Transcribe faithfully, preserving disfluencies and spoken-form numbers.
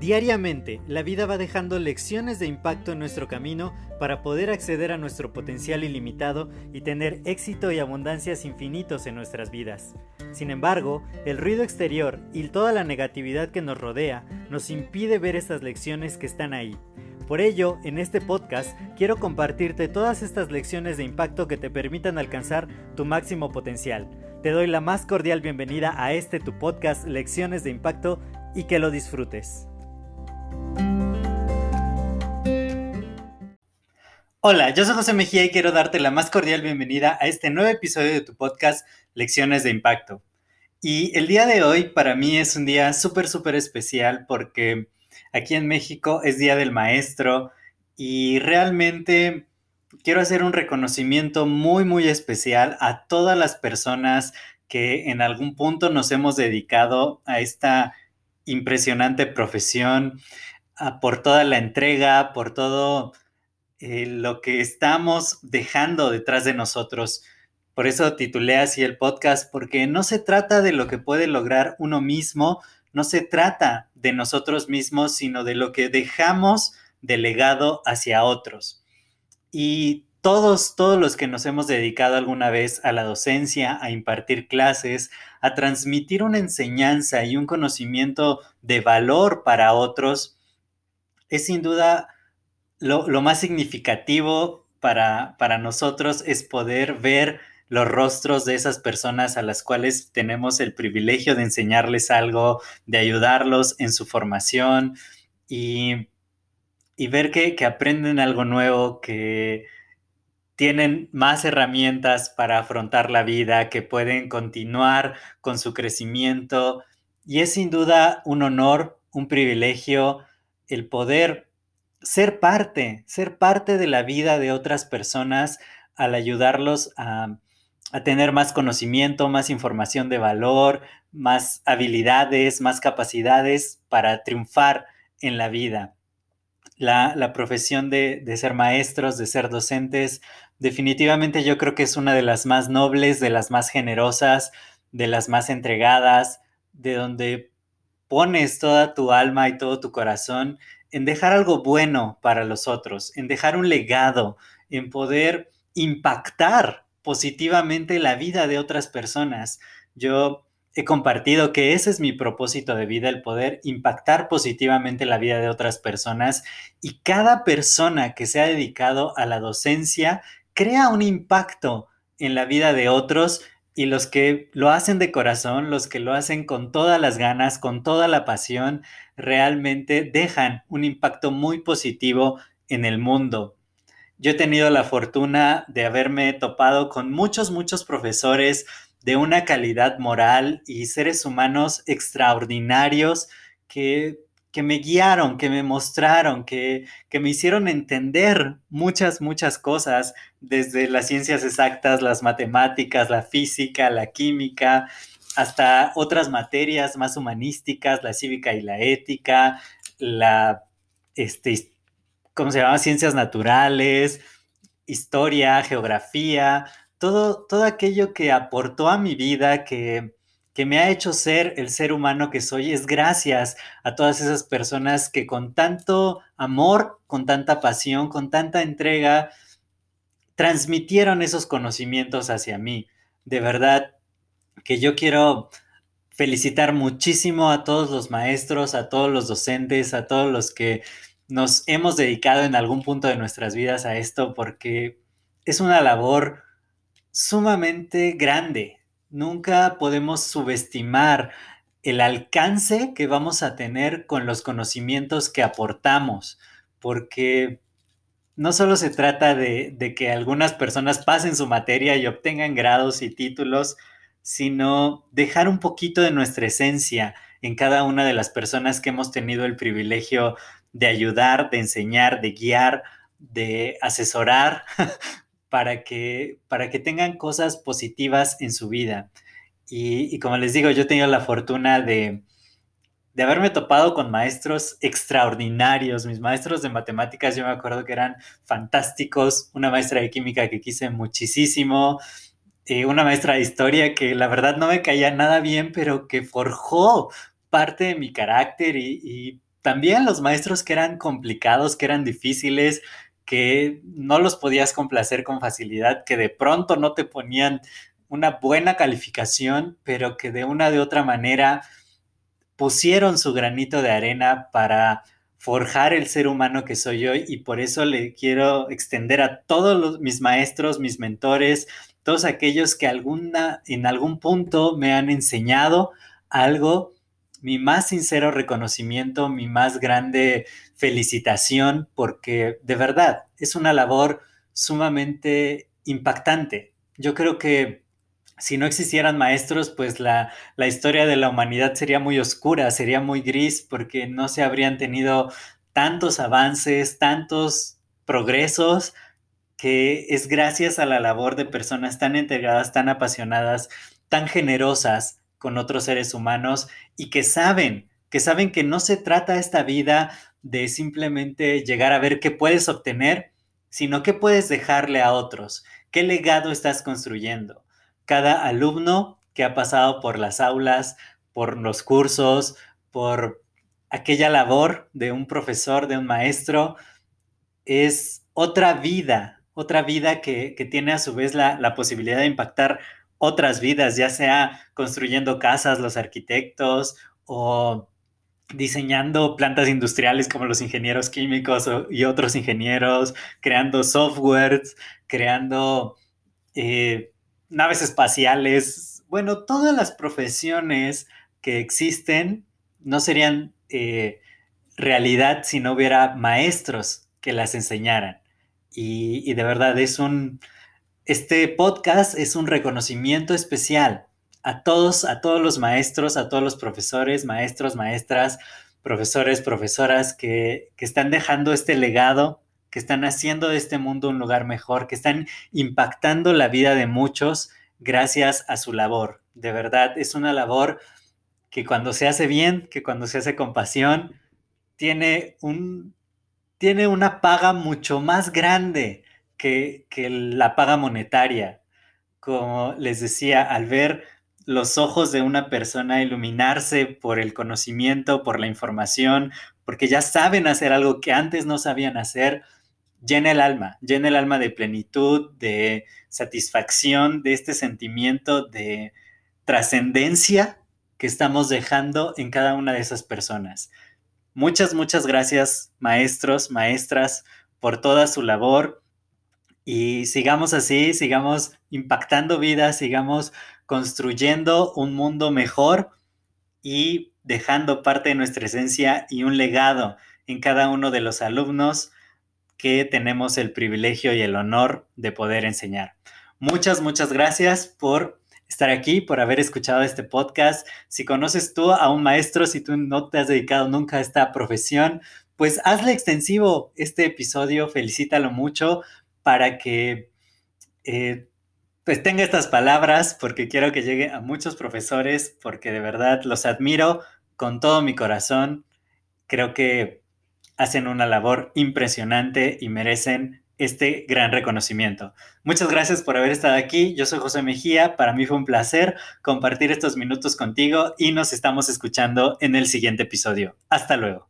Diariamente, la vida va dejando lecciones de impacto en nuestro camino para poder acceder a nuestro potencial ilimitado y tener éxito y abundancias infinitos en nuestras vidas. Sin embargo, el ruido exterior y toda la negatividad que nos rodea nos impide ver estas lecciones que están ahí. Por ello, en este podcast quiero compartirte todas estas lecciones de impacto que te permitan alcanzar tu máximo potencial. Te doy la más cordial bienvenida a este tu podcast Lecciones de Impacto y que lo disfrutes. Hola, yo soy José Mejía y quiero darte la más cordial bienvenida a este nuevo episodio de tu podcast Lecciones de Impacto. Y el día de hoy para mí es un día súper, súper especial porque aquí en México es Día del Maestro y realmente quiero hacer un reconocimiento muy, muy especial a todas las personas que en algún punto nos hemos dedicado a esta impresionante profesión, a, por toda la entrega, por todo eh, lo que estamos dejando detrás de nosotros. Por eso titulé así el podcast, porque no se trata de lo que puede lograr uno mismo, no se trata de nosotros mismos, sino de lo que dejamos de legado hacia otros. Y todos, todos los que nos hemos dedicado alguna vez a la docencia, a impartir clases, a transmitir una enseñanza y un conocimiento de valor para otros, es sin duda lo, lo más significativo para, para nosotros es poder ver los rostros de esas personas a las cuales tenemos el privilegio de enseñarles algo, de ayudarlos en su formación y, y ver que, que aprenden algo nuevo, que tienen más herramientas para afrontar la vida, que pueden continuar con su crecimiento. Y es sin duda un honor, un privilegio el poder ser parte, ser parte de la vida de otras personas al ayudarlos a, a tener más conocimiento, más información de valor, más habilidades, más capacidades para triunfar en la vida. La, la profesión de, de ser maestros, de ser docentes, definitivamente yo creo que es una de las más nobles, de las más generosas, de las más entregadas, de donde pones toda tu alma y todo tu corazón en dejar algo bueno para los otros, en dejar un legado, en poder impactar positivamente la vida de otras personas. Yo he compartido que ese es mi propósito de vida, el poder impactar positivamente la vida de otras personas, y cada persona que se ha dedicado a la docencia crea un impacto en la vida de otros. Y los que lo hacen de corazón, los que lo hacen con todas las ganas, con toda la pasión, realmente dejan un impacto muy positivo en el mundo. Yo he tenido la fortuna de haberme topado con muchos, muchos profesores de una calidad moral y seres humanos extraordinarios que, que me guiaron, que me mostraron, que, que me hicieron entender muchas, muchas cosas, desde las ciencias exactas, las matemáticas, la física, la química, hasta otras materias más humanísticas, la cívica y la ética, la este, ¿cómo se llama? Ciencias naturales, historia, geografía, todo, todo aquello que aportó a mi vida, que, que me ha hecho ser el ser humano que soy, es gracias a todas esas personas que con tanto amor, con tanta pasión, con tanta entrega, transmitieron esos conocimientos hacia mí. De verdad que yo quiero felicitar muchísimo a todos los maestros, a todos los docentes, a todos los que nos hemos dedicado en algún punto de nuestras vidas a esto, porque es una labor sumamente grande. Nunca podemos subestimar el alcance que vamos a tener con los conocimientos que aportamos, porque no solo se trata de, de que algunas personas pasen su materia y obtengan grados y títulos, sino dejar un poquito de nuestra esencia en cada una de las personas que hemos tenido el privilegio de ayudar, de enseñar, de guiar, de asesorar para que, para que tengan cosas positivas en su vida. Y, y como les digo, yo he tenido la fortuna de, de haberme topado con maestros extraordinarios. Mis maestros de matemáticas, yo me acuerdo que eran fantásticos. Una maestra de química que quise muchísimo. Eh, una maestra de historia que la verdad no me caía nada bien, pero que forjó parte de mi carácter y, y también los maestros que eran complicados, que eran difíciles, que no los podías complacer con facilidad, que de pronto no te ponían una buena calificación, pero que de una de otra manera pusieron su granito de arena para forjar el ser humano que soy hoy, y por eso le quiero extender a todos los, mis maestros, mis mentores, todos aquellos que alguna, en algún punto me han enseñado algo, mi más sincero reconocimiento, mi más grande felicitación, porque de verdad es una labor sumamente impactante. Yo creo que si no existieran maestros, pues la, la historia de la humanidad sería muy oscura, sería muy gris, porque no se habrían tenido tantos avances, tantos progresos, que es gracias a la labor de personas tan integradas, tan apasionadas, tan generosas con otros seres humanos, y que saben, que saben que no se trata esta vida de simplemente llegar a ver qué puedes obtener, sino qué puedes dejarle a otros, qué legado estás construyendo. Cada alumno que ha pasado por las aulas, por los cursos, por aquella labor de un profesor, de un maestro, es otra vida, otra vida que, que tiene a su vez la, la posibilidad de impactar otras vidas, ya sea construyendo casas, los arquitectos, o diseñando plantas industriales como los ingenieros químicos o, y otros ingenieros, creando softwares, creando eh, naves espaciales. Bueno, todas las profesiones que existen no serían eh, realidad si no hubiera maestros que las enseñaran. Y, y de verdad es un, este podcast es un reconocimiento especial a todos, a todos los maestros, a todos los profesores, maestros, maestras, profesores, profesoras que, que están dejando este legado, que están haciendo de este mundo un lugar mejor, que están impactando la vida de muchos gracias a su labor. De verdad, es una labor que cuando se hace bien, que cuando se hace con pasión, tiene un, tiene una paga mucho más grande que, que la paga monetaria. Como les decía, al ver los ojos de una persona iluminarse por el conocimiento, por la información, porque ya saben hacer algo que antes no sabían hacer, llena el alma, llena el alma de plenitud, de satisfacción, de este sentimiento de trascendencia que estamos dejando en cada una de esas personas. Muchas, muchas gracias, maestros, maestras, por toda su labor, y sigamos así, sigamos impactando vidas, sigamos construyendo un mundo mejor y dejando parte de nuestra esencia y un legado en cada uno de los alumnos que tenemos el privilegio y el honor de poder enseñar. Muchas, muchas gracias por estar aquí, por haber escuchado este podcast. Si conoces tú a un maestro, si tú no te has dedicado nunca a esta profesión, pues hazle extensivo este episodio, felicítalo mucho para que eh, pues tenga estas palabras, porque quiero que llegue a muchos profesores, porque de verdad los admiro con todo mi corazón. Creo que hacen una labor impresionante y merecen este gran reconocimiento. Muchas gracias por haber estado aquí. Yo soy José Mejía. Para mí fue un placer compartir estos minutos contigo y nos estamos escuchando en el siguiente episodio. Hasta luego.